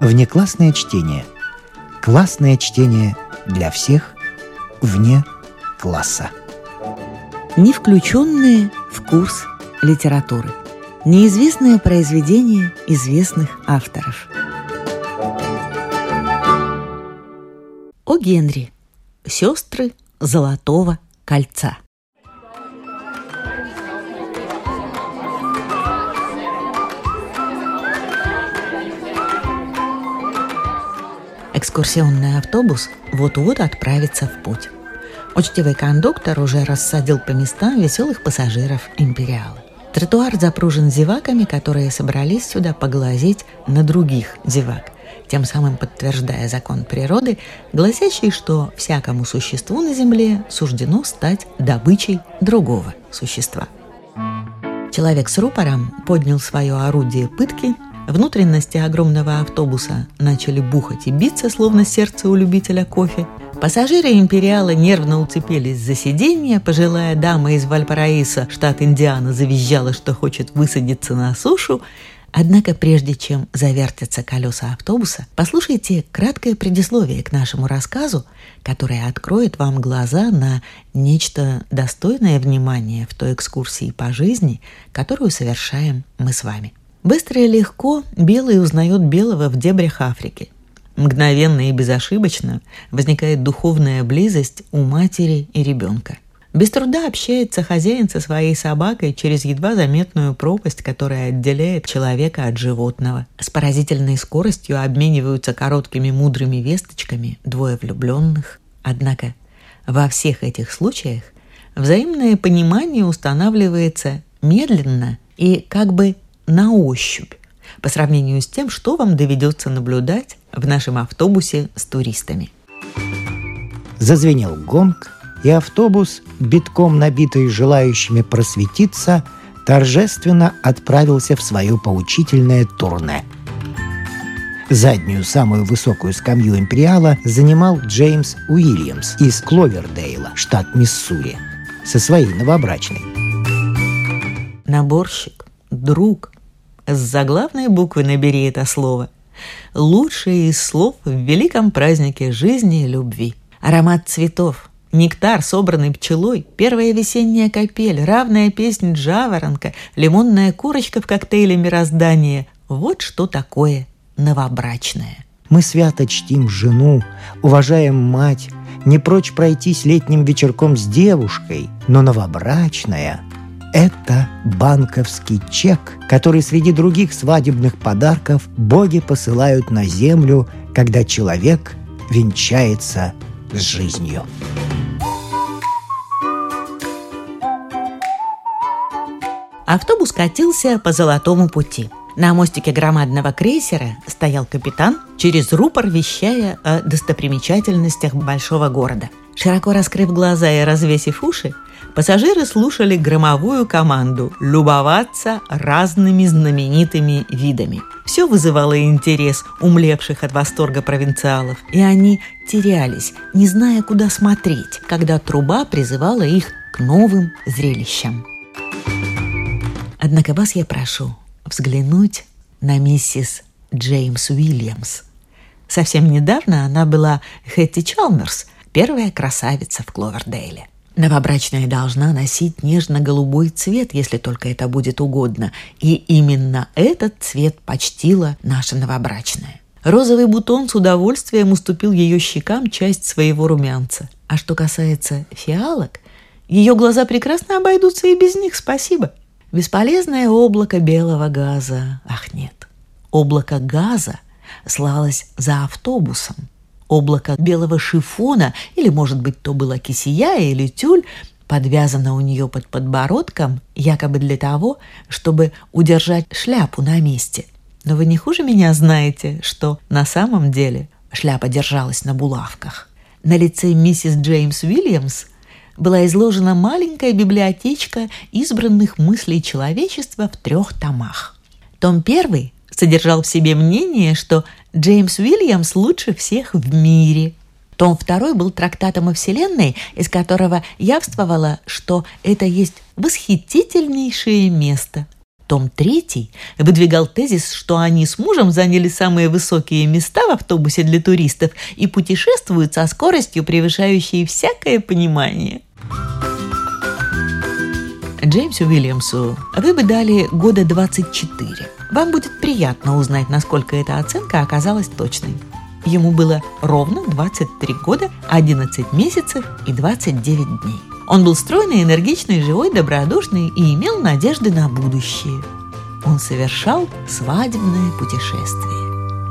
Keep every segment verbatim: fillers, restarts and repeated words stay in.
Внеклассное чтение. Классное чтение для всех вне класса. Не включенные в курс литературы. Неизвестное произведение известных авторов. О Генри. Сестры Золотого кольца. Экскурсионный автобус вот-вот отправится в путь. Учтивый кондуктор уже рассадил по местам веселых пассажиров «Империала». Тротуар запружен зеваками, которые собрались сюда поглазеть на других зевак, тем самым подтверждая закон природы, гласящий, что всякому существу на Земле суждено стать добычей другого существа. Человек с рупором поднял свое орудие пытки. Внутренности огромного автобуса начали бухать и биться, словно сердце у любителя кофе. Пассажиры «Империала» нервно уцепились за сиденье. Пожилая дама из Вальпараисо, штат Индиана, завизжала, что хочет высадиться на сушу. Однако прежде чем завертятся колеса автобуса, послушайте краткое предисловие к нашему рассказу, которое откроет вам глаза на нечто достойное внимания в той экскурсии по жизни, которую совершаем мы с вами. Быстро и легко белый узнает белого в дебрях Африки. Мгновенно и безошибочно возникает духовная близость у матери и ребенка. Без труда общается хозяин со своей собакой через едва заметную пропасть, которая отделяет человека от животного. С поразительной скоростью обмениваются короткими мудрыми весточками двое влюбленных. Однако во всех этих случаях взаимное понимание устанавливается медленно и как бы на ощупь, по сравнению с тем, что вам доведется наблюдать в нашем автобусе с туристами. Зазвенел гонг, и автобус, битком набитый желающими просветиться, торжественно отправился в свое поучительное турне. Заднюю, самую высокую скамью «Империала» занимал Джеймс Уильямс из Кловердейла, штат Миссури, со своей новобрачной. Наборщик, друг. С заглавной буквы набери это слово. Лучшее из слов в великом празднике жизни и любви. Аромат цветов, нектар, собранный пчелой, первая весенняя капель, равная песнь жаворонка, лимонная корочка в коктейле мироздания. Вот что такое новобрачное. Мы свято чтим жену, уважаем мать, не прочь пройтись летним вечерком с девушкой, но новобрачная — это банковский чек, который среди других свадебных подарков боги посылают на землю, когда человек венчается с жизнью. Автобус катился по Золотому пути. На мостике громадного крейсера стоял капитан, через рупор вещая о достопримечательностях большого города. Широко раскрыв глаза и развесив уши, пассажиры слушали громовую команду любоваться разными знаменитыми видами. Все вызывало интерес умлевших от восторга провинциалов, и они терялись, не зная, куда смотреть, когда труба призывала их к новым зрелищам. Однако вас я прошу взглянуть на миссис Джеймс Уильямс. Совсем недавно она была Хэтти Чалмерс, первая красавица в Кловердейле. Новобрачная должна носить нежно-голубой цвет, если только это будет угодно, и именно этот цвет почтила наша новобрачная. Розовый бутон с удовольствием уступил ее щекам часть своего румянца. А что касается фиалок, ее глаза прекрасно обойдутся и без них, спасибо. Бесполезное облако белого газа. Ах, нет. Облако газа слалось за автобусом. Облако белого шифона, или, может быть, то была кисия или тюль, подвязано у нее под подбородком, якобы для того, чтобы удержать шляпу на месте. Но вы не хуже меня знаете, что на самом деле шляпа держалась на булавках. На лице миссис Джеймс Уильямс была изложена маленькая библиотечка избранных мыслей человечества в трех томах. Том первый содержал в себе мнение, что Джеймс Уильямс лучше всех в мире. Том второй был трактатом о Вселенной, из которого явствовало, что это есть восхитительнейшее место. Том третий выдвигал тезис, что они с мужем заняли самые высокие места в автобусе для туристов и путешествуют со скоростью, превышающей всякое понимание. Джеймсу Уильямсу вы бы дали года двадцать четыре. Вам будет приятно узнать, насколько эта оценка оказалась точной. Ему было ровно двадцать три года, одиннадцать месяцев и двадцать девять дней. Он был стройный, энергичный, живой, добродушный и имел надежды на будущее. Он совершал свадебное путешествие.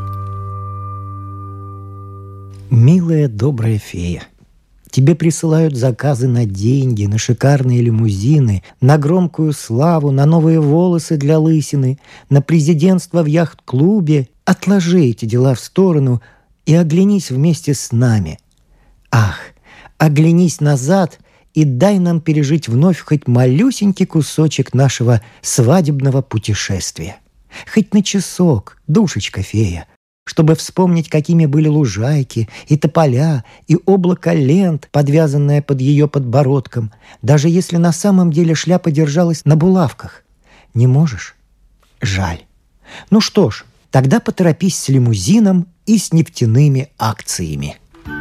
Милая, добрая фея, тебе присылают заказы на деньги, на шикарные лимузины, на громкую славу, на новые волосы для лысины, на президентство в яхт-клубе. Отложи эти дела в сторону и оглянись вместе с нами. Ах, оглянись назад и дай нам пережить вновь хоть малюсенький кусочек нашего свадебного путешествия. Хоть на часок, душечка фея, чтобы вспомнить, какими были лужайки и тополя, и облако лент, подвязанное под ее подбородком, даже если на самом деле шляпа держалась на булавках. Не можешь? Жаль. Ну что ж, тогда поторопись с лимузином и с нефтяными акциями.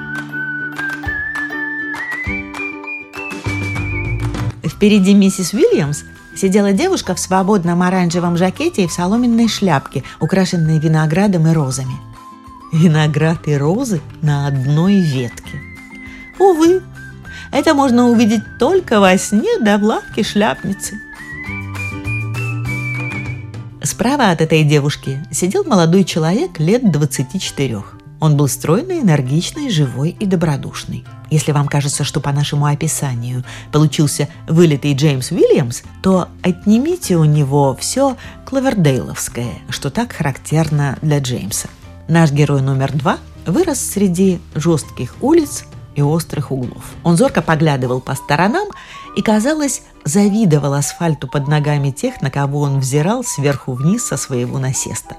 Впереди миссис Уильямс сидела девушка в свободном оранжевом жакете и в соломенной шляпке, украшенной виноградом и розами. Виноград и розы на одной ветке. Увы, это можно увидеть только во сне да в лавке шляпницы. Справа от этой девушки сидел молодой человек лет двадцати четырех. Он был стройный, энергичный, живой и добродушный. Если вам кажется, что по нашему описанию получился вылитый Джеймс Уильямс, то отнимите у него все кловердейловское, что так характерно для Джеймса. Наш герой номер два вырос среди жестких улиц и острых углов. Он зорко поглядывал по сторонам и, казалось, завидовал асфальту под ногами тех, на кого он взирал сверху вниз со своего насеста.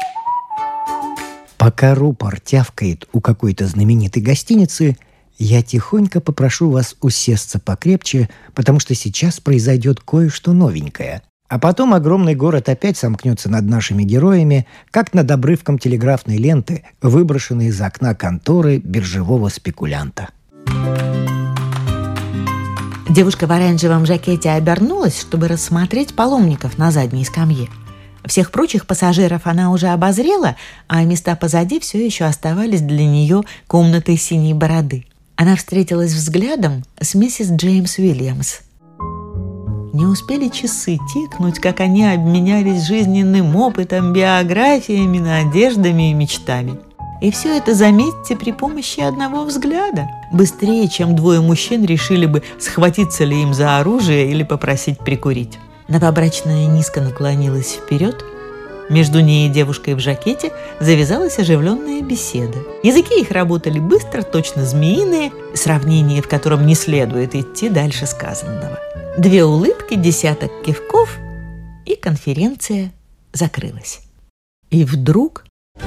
Пока рупор тявкает у какой-то знаменитой гостиницы, я тихонько попрошу вас усесться покрепче, потому что сейчас произойдет кое-что новенькое. А потом огромный город опять сомкнется над нашими героями, как над обрывком телеграфной ленты, выброшенной из окна конторы биржевого спекулянта. Девушка в оранжевом жакете обернулась, чтобы рассмотреть паломников на задней скамье. Всех прочих пассажиров она уже обозрела, а места позади все еще оставались для нее комнатой синей бороды. Она встретилась взглядом с миссис Джеймс Уильямс. Не успели часы тикнуть, как они обменялись жизненным опытом, биографиями, надеждами и мечтами. И все это, заметьте, при помощи одного взгляда. Быстрее, чем двое мужчин решили бы, схватиться ли им за оружие или попросить прикурить. Новобрачная низко наклонилась вперед. Между ней и девушкой в жакете завязалась оживленная беседа. Языки их работали быстро, точно змеиные, сравнение в котором не следует идти дальше сказанного. Две улыбки, десяток кивков, и конференция закрылась. И вдруг...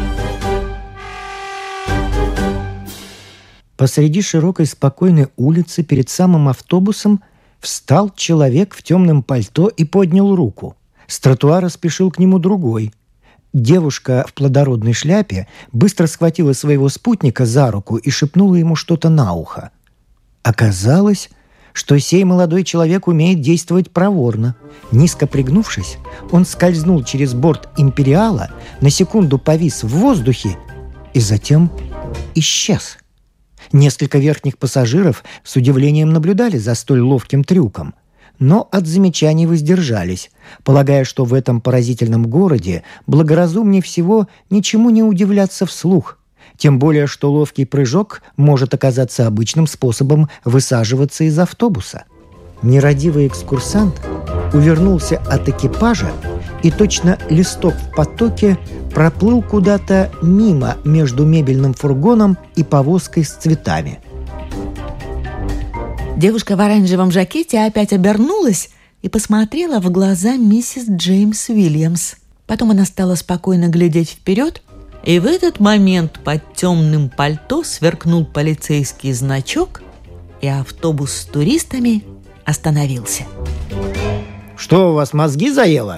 Посреди широкой спокойной улицы перед самым автобусом встал человек в темном пальто и поднял руку. С тротуара спешил к нему другой. Девушка в плодородной шляпе быстро схватила своего спутника за руку и шепнула ему что-то на ухо. Оказалось, что сей молодой человек умеет действовать проворно. Низко пригнувшись, он скользнул через борт «Империала», на секунду повис в воздухе и затем исчез. Несколько верхних пассажиров с удивлением наблюдали за столь ловким трюком, но от замечаний воздержались, полагая, что в этом поразительном городе благоразумнее всего ничему не удивляться вслух, тем более, что ловкий прыжок может оказаться обычным способом высаживаться из автобуса. Нерадивый экскурсант увернулся от экипажа и точно листок в потоке проплыл куда-то мимо между мебельным фургоном и повозкой с цветами. Девушка в оранжевом жакете опять обернулась и посмотрела в глаза миссис Джеймс Уильямс. Потом она стала спокойно глядеть вперед, и в этот момент под темным пальто сверкнул полицейский значок, и автобус с туристами остановился. «Что, у вас мозги заело?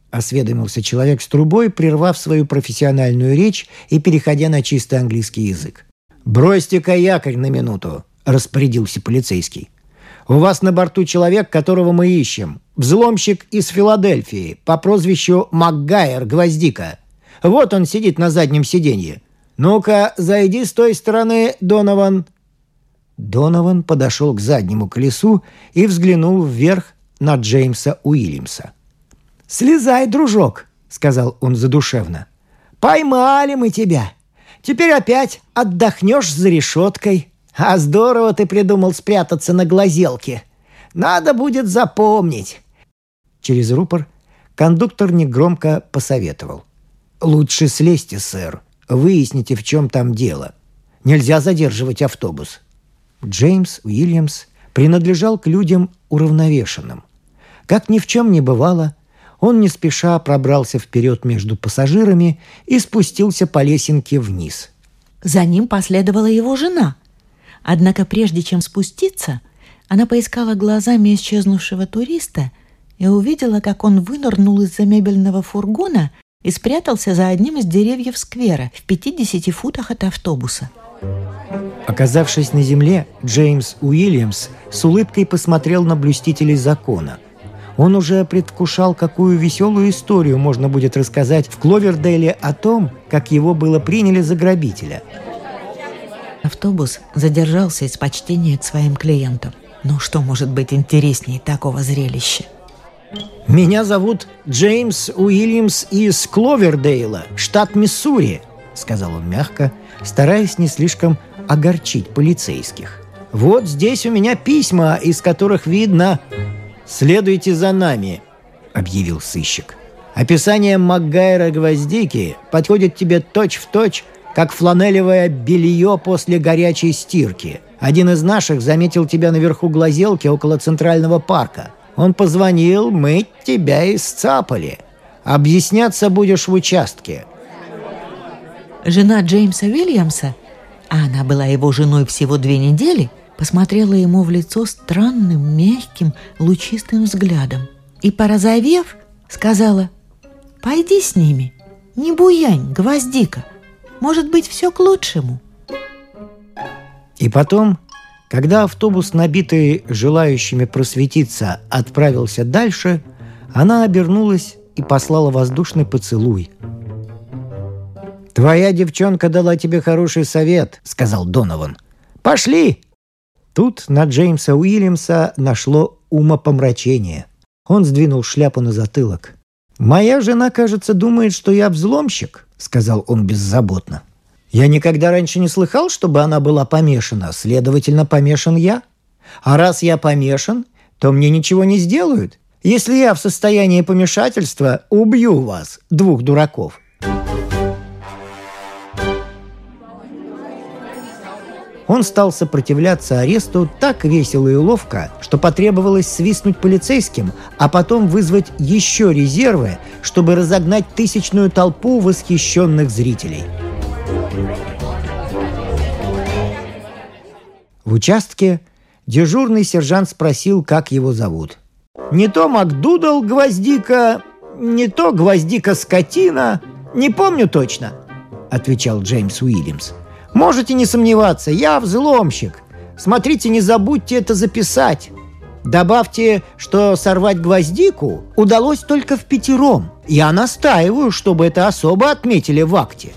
– осведомился человек с трубой, прервав свою профессиональную речь и переходя на чистый английский язык. «Бросьте-ка якорь на минуту», – распорядился полицейский. «У вас на борту человек, которого мы ищем. Взломщик из Филадельфии по прозвищу Макгайр Гвоздика. Вот он сидит на заднем сиденье. Ну-ка, зайди с той стороны, Донован». Донован подошел к заднему колесу и взглянул вверх на Джеймса Уильямса. «Слезай, дружок», — сказал он задушевно. «Поймали мы тебя. Теперь опять отдохнешь за решеткой. А здорово ты придумал спрятаться на глазелке. Надо будет запомнить». Через рупор кондуктор негромко посоветовал. «Лучше слезьте, сэр. Выясните, в чем там дело. Нельзя задерживать автобус». Джеймс Уильямс принадлежал к людям уравновешенным. Как ни в чем не бывало, он не спеша пробрался вперед между пассажирами и спустился по лесенке вниз. За ним последовала его жена. Однако прежде чем спуститься, она поискала глазами исчезнувшего туриста и увидела, как он вынырнул из-за мебельного фургона и спрятался за одним из деревьев сквера в пятидесяти футах от автобуса. Оказавшись на земле, Джеймс Уильямс с улыбкой посмотрел на блюстителей закона. Он уже предвкушал, какую веселую историю можно будет рассказать в Кловердейле о том, как его было приняли за грабителя. Автобус задержался из почтения к своим клиентам. Ну что может быть интереснее такого зрелища? «Меня зовут Джеймс Уильямс из Кловердейла, штат Миссури», — сказал он мягко, стараясь не слишком огорчить полицейских. «Вот здесь у меня письма, из которых видно...» «Следуйте за нами», — объявил сыщик. «Описание Макгайра Гвоздики подходит тебе точь-в-точь, как фланелевое белье после горячей стирки. Один из наших заметил тебя наверху глазелки около Центрального парка. Он позвонил, мы тебя и сцапали. Объясняться будешь в участке». Жена Джеймса Уильямса, а она была его женой всего две недели, посмотрела ему в лицо странным, мягким, лучистым взглядом и, порозовев, сказала: «Пойди с ними, не буянь, Гвоздика. Может быть, все к лучшему». И потом, когда автобус, набитый желающими просветиться, отправился дальше, она обернулась и послала воздушный поцелуй. «Твоя девчонка дала тебе хороший совет», — сказал Донован. «Пошли!» Тут на Джеймса Уильямса нашло умопомрачение. Он сдвинул шляпу на затылок. «Моя жена, кажется, думает, что я взломщик», — сказал он беззаботно. «Я никогда раньше не слыхал, чтобы она была помешана, следовательно, помешан я. А раз я помешан, то мне ничего не сделают. Если я в состоянии помешательства, убью вас, двух дураков». Он стал сопротивляться аресту так весело и ловко, что потребовалось свистнуть полицейским, а потом вызвать еще резервы, чтобы разогнать тысячную толпу восхищенных зрителей. В участке дежурный сержант спросил, как его зовут. «Не то Макдудал Гвоздика, не то Гвоздика Скотина, не помню точно», — отвечал Джеймс Уильямс. «Можете не сомневаться, я взломщик. Смотрите, не забудьте это записать. Добавьте, что сорвать Гвоздику удалось только впятером. Я настаиваю, чтобы это особо отметили в акте».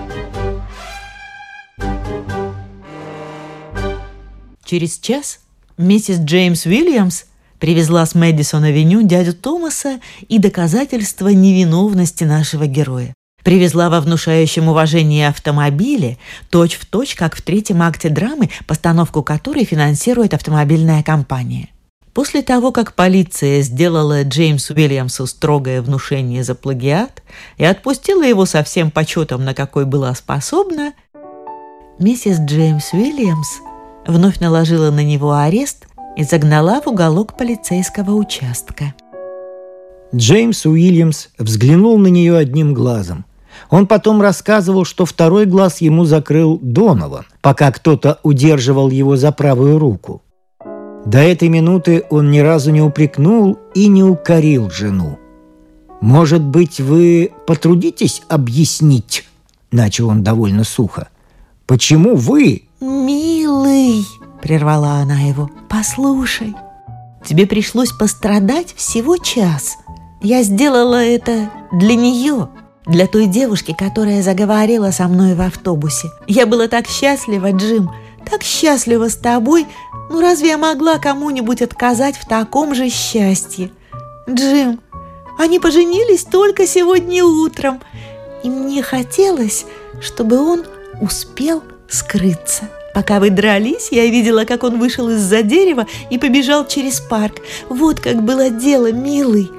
Через час миссис Джеймс Уильямс привезла с Мэдисон-авеню дядю Томаса и доказательства невиновности нашего героя. Привезла во внушающем уважении автомобиле, точь-в-точь, как в третьем акте драмы, постановку которой финансирует автомобильная компания. После того, как полиция сделала Джеймсу Уильямсу строгое внушение за плагиат и отпустила его со всем почетом, на какой была способна, миссис Джеймс Уильямс вновь наложила на него арест и загнала в уголок полицейского участка. Джеймс Уильямс взглянул на нее одним глазом. Он потом рассказывал, что второй глаз ему закрыл Донован, пока кто-то удерживал его за правую руку. До этой минуты он ни разу не упрекнул и не укорил жену. может быть, вы потрудитесь объяснить, — начал он довольно сухо, — почему вы... «Милый, — прервала она его, — послушай, тебе пришлось пострадать всего час. Я сделала это для нее, для той девушки, которая заговорила со мной в автобусе. Я была так счастлива, Джим, так счастлива с тобой. Ну разве я могла кому-нибудь отказать в таком же счастье? Джим, они поженились только сегодня утром, и мне хотелось, чтобы он успел скрыться. Пока вы дрались, я видела, как он вышел из-за дерева и побежал через парк. Вот как было дело, милый».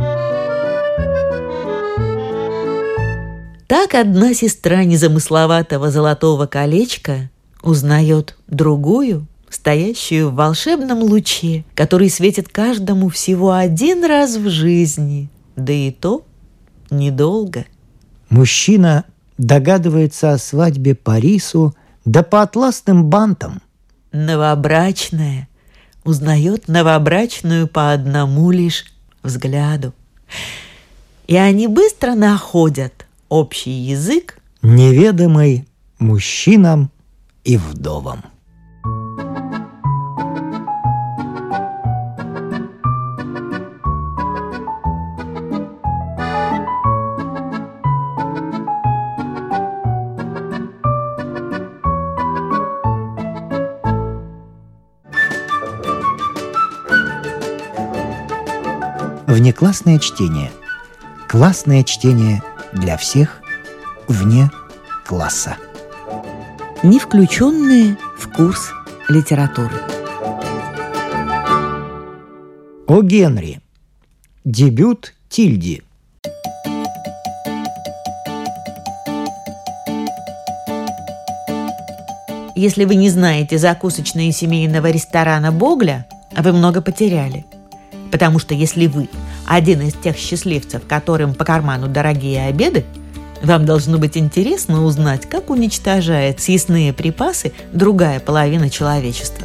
Так одна сестра незамысловатого золотого колечка узнает другую, стоящую в волшебном луче, который светит каждому всего один раз в жизни, да и то недолго. Мужчина догадывается о свадьбе по рису, да по атласным бантам. Новобрачная узнает новобрачную по одному лишь взгляду. И они быстро находят общий язык, неведомый мужчинам и вдовам. Внеклассное чтение. Классное чтение для всех вне класса. Не включенные в курс литературы. О Генри. Дебют Тильди. Если вы не знаете закусочные семейного ресторана «Богля», вы много потеряли. Потому что если вы один из тех счастливцев, которым по карману дорогие обеды, вам должно быть интересно узнать, как уничтожает съестные припасы другая половина человечества.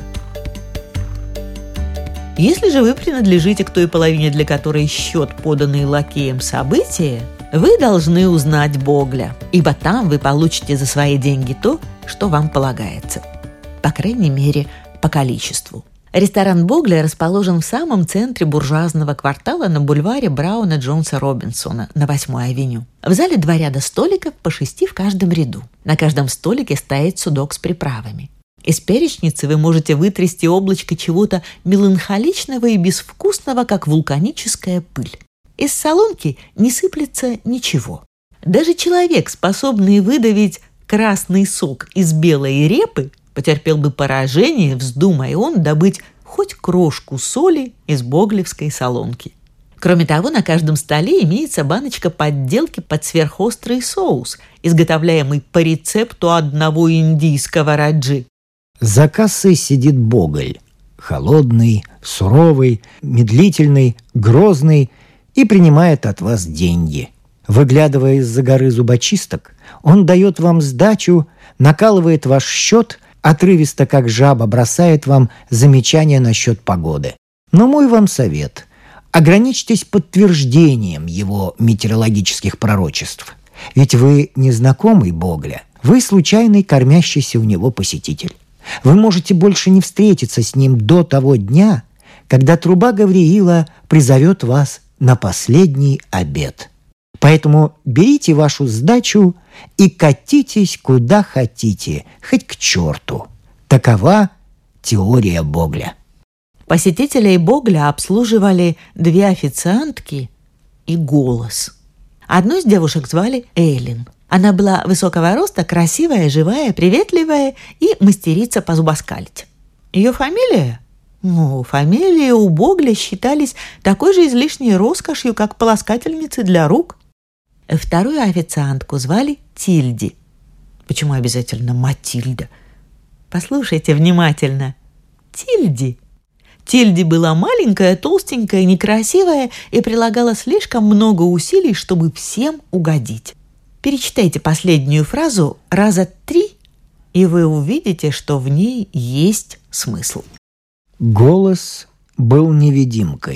Если же вы принадлежите к той половине, для которой счет, поданный лакеем события, вы должны узнать Богля, ибо там вы получите за свои деньги то, что вам полагается. По крайней мере, по количеству. Ресторан «Богля» расположен в самом центре буржуазного квартала на бульваре Брауна Джонса Робинсона на восьмой авеню. В зале два ряда столиков, по шести в каждом ряду. На каждом столике стоит судок с приправами. Из перечницы вы можете вытрясти облачко чего-то меланхоличного и безвкусного, как вулканическая пыль. Из солонки не сыплется ничего. Даже человек, способный выдавить красный сок из белой репы, потерпел бы поражение, вздумая он добыть хоть крошку соли из боглевской солонки. Кроме того, на каждом столе имеется баночка подделки под сверхострый соус, изготовляемый по рецепту одного индийского раджи. За кассой сидит Боголь, холодный, суровый, медлительный, грозный, и принимает от вас деньги. Выглядывая из-за горы зубочисток, он дает вам сдачу, накалывает ваш счет, отрывисто, как жаба, бросает вам замечания насчет погоды. Но мой вам совет – ограничьтесь подтверждением его метеорологических пророчеств. Ведь вы не знакомый Богля, вы случайный кормящийся у него посетитель. Вы можете больше не встретиться с ним до того дня, когда труба Гавриила призовет вас на последний обед. Поэтому берите вашу сдачу и катитесь куда хотите, хоть к черту. Такова теория Богля. Посетителей Богля обслуживали две официантки и голос. Одну из девушек звали Эйлин. Она была высокого роста, красивая, живая, приветливая и мастерица позубоскалить. Ее фамилия? Ну, фамилии у Богля считались такой же излишней роскошью, как полоскательницы для рук. Вторую официантку звали Тильди. Почему обязательно Матильда? Послушайте внимательно. Тильди. Тильди была маленькая, толстенькая, некрасивая и прилагала слишком много усилий, чтобы всем угодить. Перечитайте последнюю фразу раза три, и вы увидите, что в ней есть смысл. Голос был невидимкой.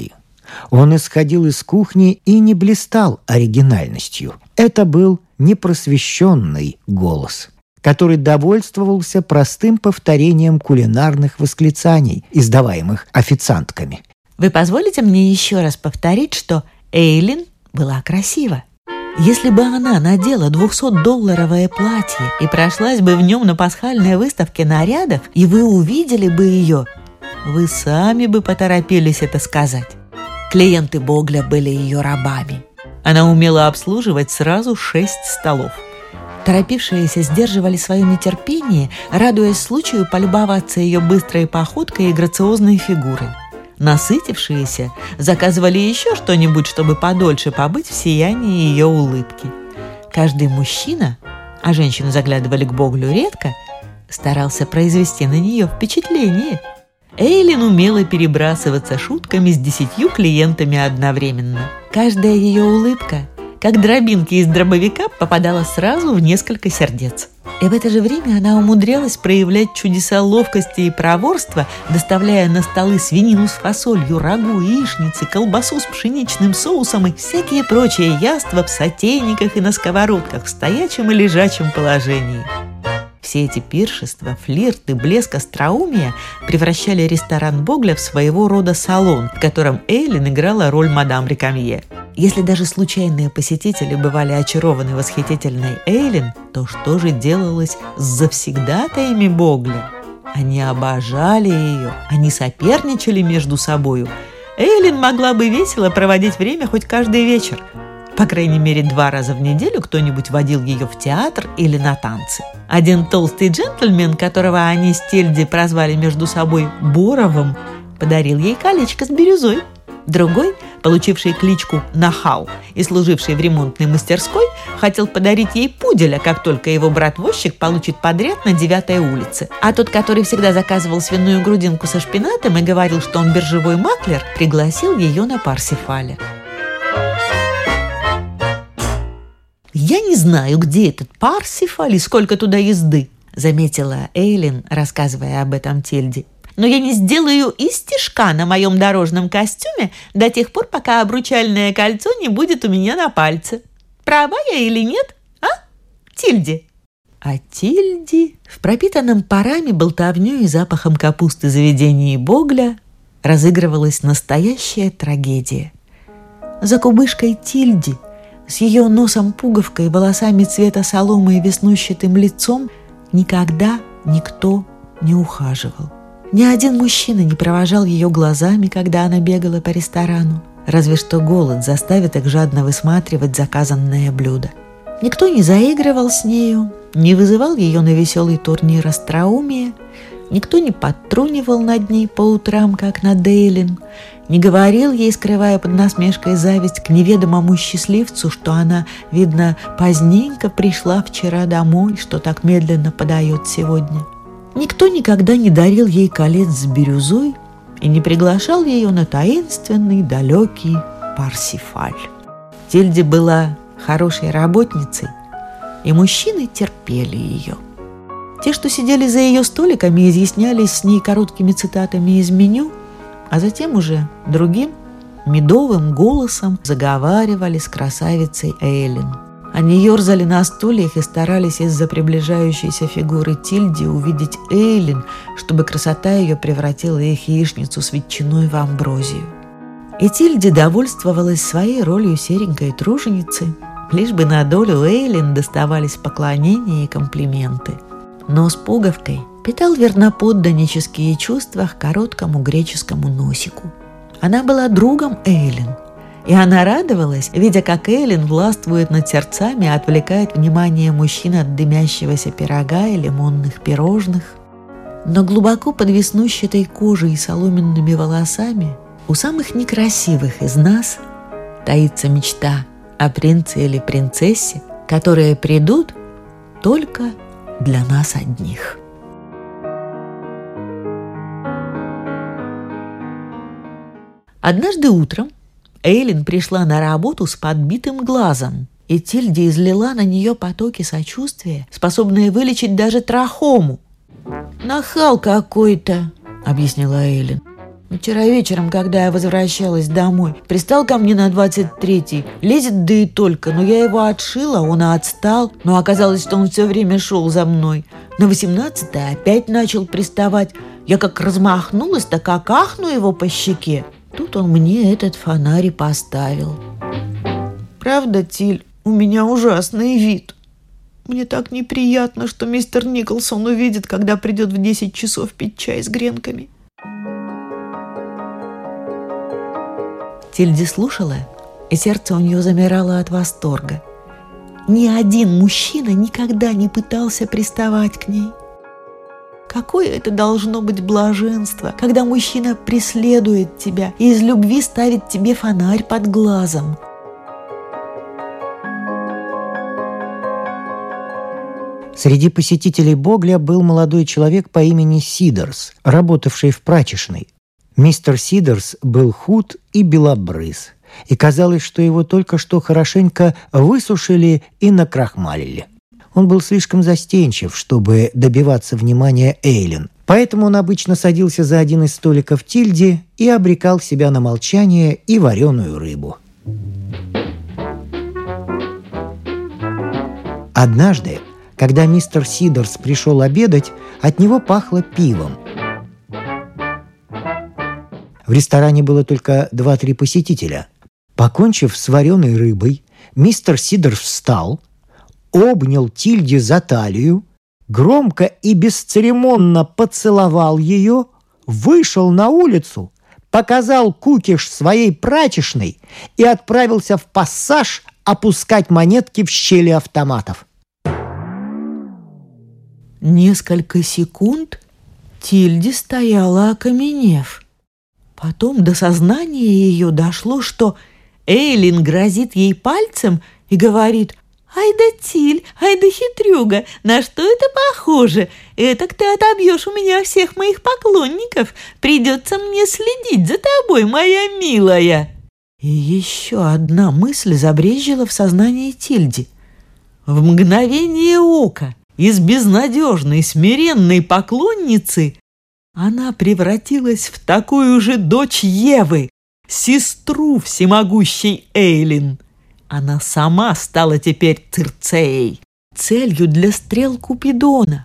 Он исходил из кухни и не блистал оригинальностью. Это был непросвещенный голос, который довольствовался простым повторением кулинарных восклицаний, издаваемых официантками. Вы позволите мне еще раз повторить, что Эйлин была красива? Если бы она надела двухсотдолларовое платье и прошлась бы в нем на пасхальной выставке нарядов, и вы увидели бы ее, вы сами бы поторопились это сказать. Клиенты Богля были ее рабами. Она умела обслуживать сразу шесть столов. Торопившиеся сдерживали свое нетерпение, радуясь случаю полюбоваться ее быстрой походкой и грациозной фигурой. Насытившиеся заказывали еще что-нибудь, чтобы подольше побыть в сиянии ее улыбки. Каждый мужчина, а женщины заглядывали к Боглю редко, старался произвести на нее впечатление. Эйлин умела перебрасываться шутками с десятью клиентами одновременно. Каждая ее улыбка, как дробинки из дробовика, попадала сразу в несколько сердец. И в это же время она умудрялась проявлять чудеса ловкости и проворства, доставляя на столы свинину с фасолью, рагу, яичницы, колбасу с пшеничным соусом и всякие прочие яства в сотейниках и на сковородках в стоячем и лежачем положении. Все эти пиршества, флирт и блеск остроумия превращали ресторан Богля в своего рода салон, в котором Эйлин играла роль мадам Рекамье. Если даже случайные посетители бывали очарованы восхитительной Эйлин, то что же делалось с завсегдатаями Богля? Они обожали ее, они соперничали между собою. Эйлин могла бы весело проводить время хоть каждый вечер. По крайней мере, два раза в неделю кто-нибудь водил ее в театр или на танцы. Один толстый джентльмен, которого они с Тильди прозвали между собой Боровым, подарил ей колечко с бирюзой. Другой, получивший кличку Нахал и служивший в ремонтной мастерской, хотел подарить ей пуделя, как только его брат-возчик получит подряд на девятой улице. А тот, который всегда заказывал свиную грудинку со шпинатом и говорил, что он биржевой маклер, пригласил ее на Парсифаля. «Я не знаю, где этот Парсифаль и сколько туда езды», — заметила Эйлин, рассказывая об этом Тильде. «Но я не сделаю и стежка на моем дорожном костюме до тех пор, пока обручальное кольцо не будет у меня на пальце. Права я или нет, а, Тильди?» А Тильди в пропитанном парами, болтовнёй и запахом капусты заведении Богля разыгрывалась настоящая трагедия. За кубышкой Тильди, с ее носом-пуговкой, волосами цвета соломы и веснущатым лицом, никогда никто не ухаживал. Ни один мужчина не провожал ее глазами, когда она бегала по ресторану. Разве что голод заставит их жадно высматривать заказанное блюдо. Никто не заигрывал с нею, не вызывал ее на веселый турнир остроумия, никто не подтрунивал над ней по утрам, как над Эйлин, не говорил ей, скрывая под насмешкой зависть к неведомому счастливцу, что она, видно, поздненько пришла вчера домой, что так медленно подает сегодня. Никто никогда не дарил ей колец с бирюзой и не приглашал ее на таинственный далекий Парсифаль. Тильди была хорошей работницей, и мужчины терпели ее. Те, что сидели за ее столиками, изъяснялись с ней короткими цитатами из меню, а затем уже другим медовым голосом заговаривали с красавицей Эйлин. Они ерзали на стульях и старались из-за приближающейся фигуры Тильди увидеть Эйлин, чтобы красота ее превратила их яичницу с ветчиной в амброзию. И Тильди довольствовалась своей ролью серенькой труженицы, лишь бы на долю Эйлин доставались поклонения и комплименты. Но с пуговкой питал верноподданнические чувства к короткому греческому носику. Она была другом Эйлин, и она радовалась, видя, как Эйлин властвует над сердцами и отвлекает внимание мужчин от дымящегося пирога и лимонных пирожных. Но глубоко под веснущатой кожей и соломенными волосами у самых некрасивых из нас таится мечта о принце или принцессе, которые придут только для нас одних. Однажды утром Эйлин пришла на работу с подбитым глазом, и Тильди излила на нее потоки сочувствия, способные вылечить даже трахому. «Нахал какой-то», — объяснила Эйлин. Вчера вечером, когда я возвращалась домой, пристал ко мне на двадцать третий. Лезет, да и только, но я его отшила, он и отстал. Но оказалось, что он все время шел за мной. На восемнадцатый опять начал приставать. Я как размахнулась, так как ахну его по щеке. Тут он мне этот фонарь и поставил. Правда, Тиль, у меня ужасный вид. Мне так неприятно, что мистер Николсон увидит, когда придет в десять часов пить чай с гренками. Тильди слушала, и сердце у нее замирало от восторга. Ни один мужчина никогда не пытался приставать к ней. Какое это должно быть блаженство, когда мужчина преследует тебя и из любви ставит тебе фонарь под глазом. Среди посетителей Богля был молодой человек по имени Сидерс, работавший в прачечной. Мистер Сидерс был худ и белобрыс, и казалось, что его только что хорошенько высушили и накрахмалили. Он был слишком застенчив, чтобы добиваться внимания Эйлин, поэтому он обычно садился за один из столиков Тильди и обрекал себя на молчание и вареную рыбу. Однажды, когда мистер Сидерс пришел обедать, от него пахло пивом. В ресторане было только два-три посетителя. Покончив с вареной рыбой, мистер Сидерс встал, обнял Тильди за талию, громко и бесцеремонно поцеловал ее, вышел на улицу, показал кукиш своей прачечной и отправился в пассаж опускать монетки в щели автоматов. Несколько секунд Тильди стояла, окаменев. Потом до сознания ее дошло, что Эйлин грозит ей пальцем и говорит: «Ай да Тиль, ай да хитрюга, на что это похоже? Этак ты отобьешь у меня всех моих поклонников. Придется мне следить за тобой, моя милая». И еще одна мысль забрезжила в сознании Тильди. В мгновение ока из безнадежной, смиренной поклонницы она превратилась в такую же дочь Евы, сестру всемогущей Эйлин. Она сама стала теперь Цирцеей, целью для стрел Купидона.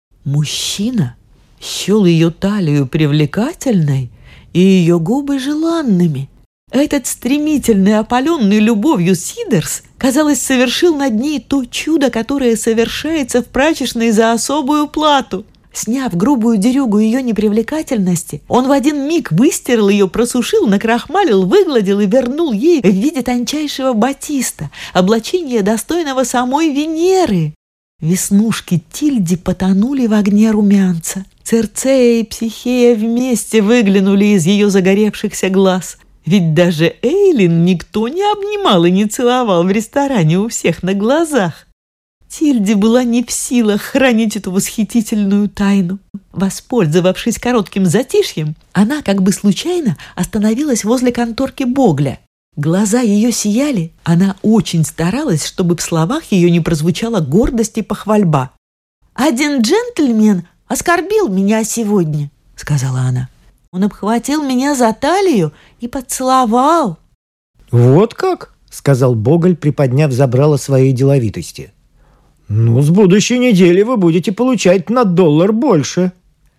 Мужчина счел ее талию привлекательной и ее губы желанными. Этот стремительный, опаленный любовью Сидерс, казалось, совершил над ней то чудо, которое совершается в прачечной за особую плату. Сняв грубую дерюгу ее непривлекательности, он в один миг выстирал ее, просушил, накрахмалил, выгладил и вернул ей в виде тончайшего батиста, облачения, достойного самой Венеры. Веснушки Тильди потонули в огне румянца. Цирцея и Психея вместе выглянули из ее загоревшихся глаз. Ведь даже Эйлин никто не обнимал и не целовал в ресторане у всех на глазах. Тильди была не в силах хранить эту восхитительную тайну. Воспользовавшись коротким затишьем, она как бы случайно остановилась возле конторки Богля. Глаза ее сияли, она очень старалась, чтобы в словах ее не прозвучала гордость и похвальба. «Один джентльмен оскорбил меня сегодня», — сказала она. «Он обхватил меня за талию и поцеловал». «Вот как?» — сказал Боголь, приподняв забрало своей деловитости. «Ну, с будущей недели вы будете получать на доллар больше».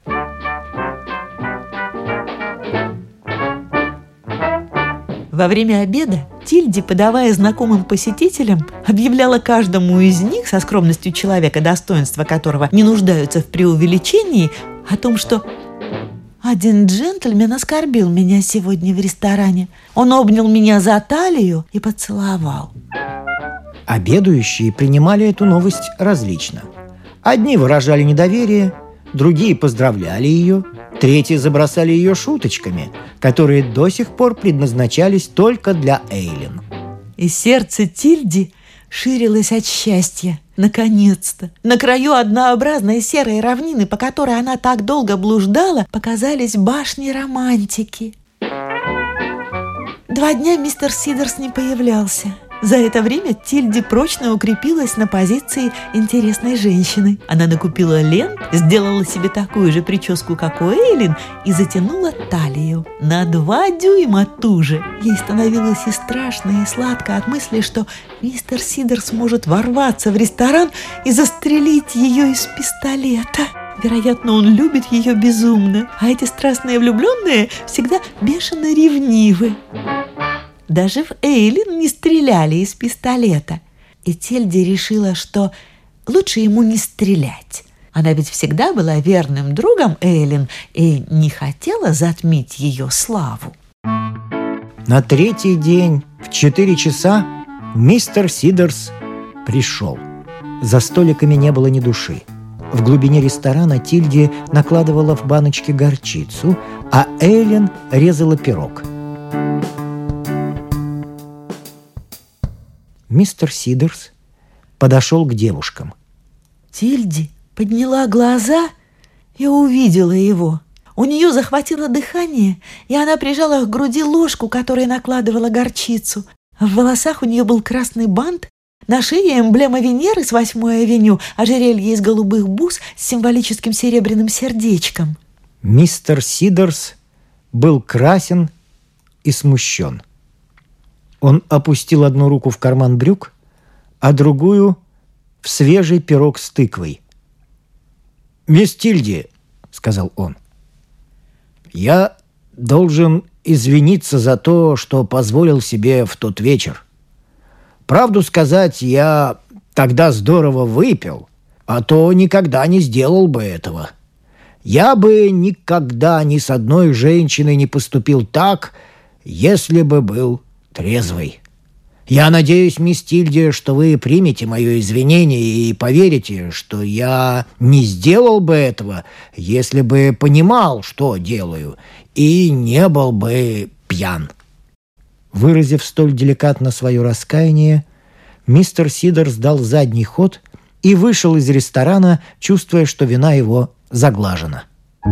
Во время обеда Тильди, подавая знакомым посетителям, объявляла каждому из них, со скромностью человека, достоинства которого не нуждаются в преувеличении, о том, что «один джентльмен оскорбил меня сегодня в ресторане. Он обнял меня за талию и поцеловал». Обедающие принимали эту новость различно. Одни выражали недоверие, другие поздравляли ее, третьи забросали ее шуточками, которые до сих пор предназначались только для Эйлин. И сердце Тильди ширилось от счастья. Наконец-то! На краю однообразной серой равнины, по которой она так долго блуждала, показались башни романтики. Два дня мистер Сидерс не появлялся. За это время Тильди прочно укрепилась на позиции интересной женщины. Она накупила лент, сделала себе такую же прическу, как у Эйлин, и затянула талию на два дюйма туже. Ей становилось и страшно, и сладко от мысли, что мистер Сидерс может ворваться в ресторан и застрелить ее из пистолета. Вероятно, он любит ее безумно, а эти страстные влюбленные всегда бешено ревнивы. Даже в Эйлин не стреляли из пистолета. И Тильди решила, что лучше ему не стрелять. Она ведь всегда была верным другом Эйлин и не хотела затмить ее славу. На третий день в четыре часа мистер Сидерс пришел. За столиками не было ни души. В глубине ресторана Тильди накладывала в баночки горчицу, а Эйлин резала пирог. Мистер Сидерс подошел к девушкам. Тильди подняла глаза и увидела его. У нее захватило дыхание, и она прижала к груди ложку, которой накладывала горчицу. В волосах у нее был красный бант, на шее эмблема Венеры с восьмой авеню, ожерелье из голубых бус с символическим серебряным сердечком. Мистер Сидерс был красен и смущен. Он опустил одну руку в карман брюк, а другую в свежий пирог с тыквой. «Мисс Тильди», — сказал он, — «я должен извиниться за то, что позволил себе в тот вечер. Правду сказать, я тогда здорово выпил, а то никогда не сделал бы этого. Я бы никогда ни с одной женщиной не поступил так, если бы был трезвый. Я надеюсь, мисс Тильди, что вы примете мое извинение и поверите, что я не сделал бы этого, если бы понимал, что делаю, и не был бы пьян». Выразив столь деликатно свое раскаяние, мистер Сидерс дал задний ход и вышел из ресторана, чувствуя, что вина его заглажена.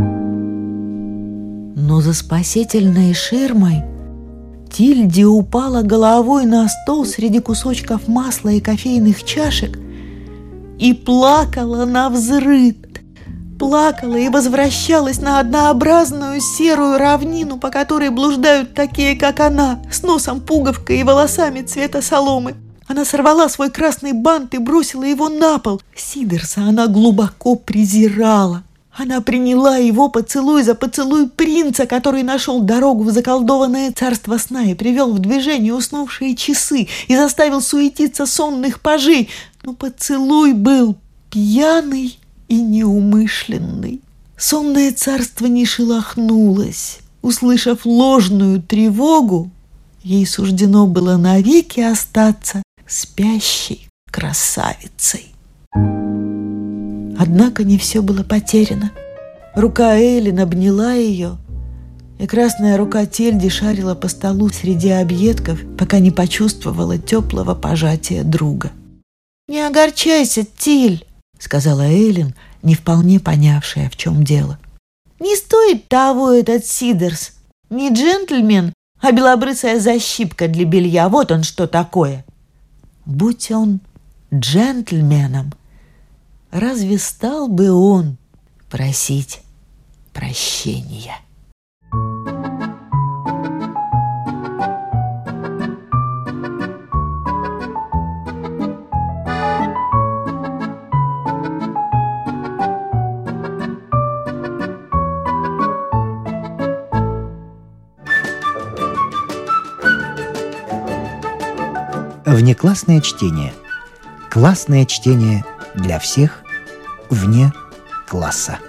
Но за спасительной ширмой Тильди упала головой на стол среди кусочков масла и кофейных чашек и плакала навзрыд. Плакала и возвращалась на однообразную серую равнину, по которой блуждают такие, как она, с носом пуговкой и волосами цвета соломы. Она сорвала свой красный бант и бросила его на пол. Сидерса она глубоко презирала. Она приняла его поцелуй за поцелуй принца, который нашел дорогу в заколдованное царство сна и привел в движение уснувшие часы и заставил суетиться сонных пажей. Но поцелуй был пьяный и неумышленный. Сонное царство не шелохнулось. Услышав ложную тревогу, ей суждено было навеки остаться спящей красавицей. Однако не все было потеряно. Рука Эйлин обняла ее, и красная рука Тильди шарила по столу среди объедков, пока не почувствовала теплого пожатия друга. «Не огорчайся, Тиль», — сказала Эйлин, не вполне понявшая, в чем дело. «Не стоит того этот Сидерс. Не джентльмен, а белобрысая защипка для белья. Вот он что такое». Будь он джентльменом, разве стал бы он просить прощения? Внеклассное чтение. Классное чтение для всех вне класса.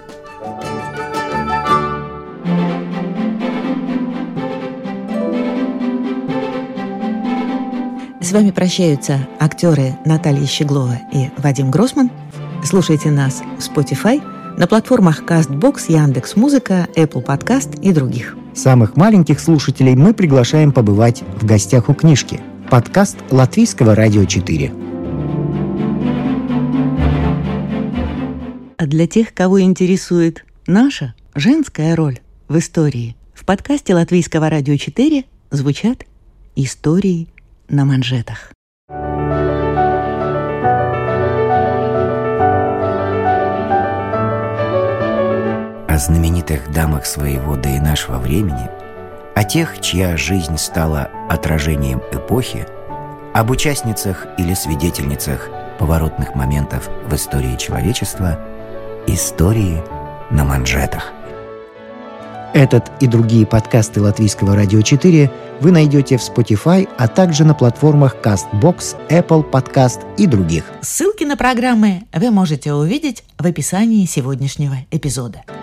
С вами прощаются актеры Наталья Щеглова и Вадим Гроссман. Слушайте нас в Spotify, на платформах CastBox, Яндекс.Музыка, Apple Podcast и других. Самых маленьких слушателей мы приглашаем побывать в гостях у книжки. Подкаст Латвийского радио четыре. А для тех, кого интересует наша женская роль в истории, в подкасте Латвийского радио четыре звучат истории на манжетах. знаменитых дамах своего, да и нашего времени, о тех, чья жизнь стала отражением эпохи, об участницах или свидетельницах поворотных моментов в истории человечества, истории на манжетах. Этот и другие подкасты Латвийского радио четыре вы найдете в Spotify, а также на платформах CastBox, Apple Podcast и других. Ссылки на программы вы можете увидеть в описании сегодняшнего эпизода.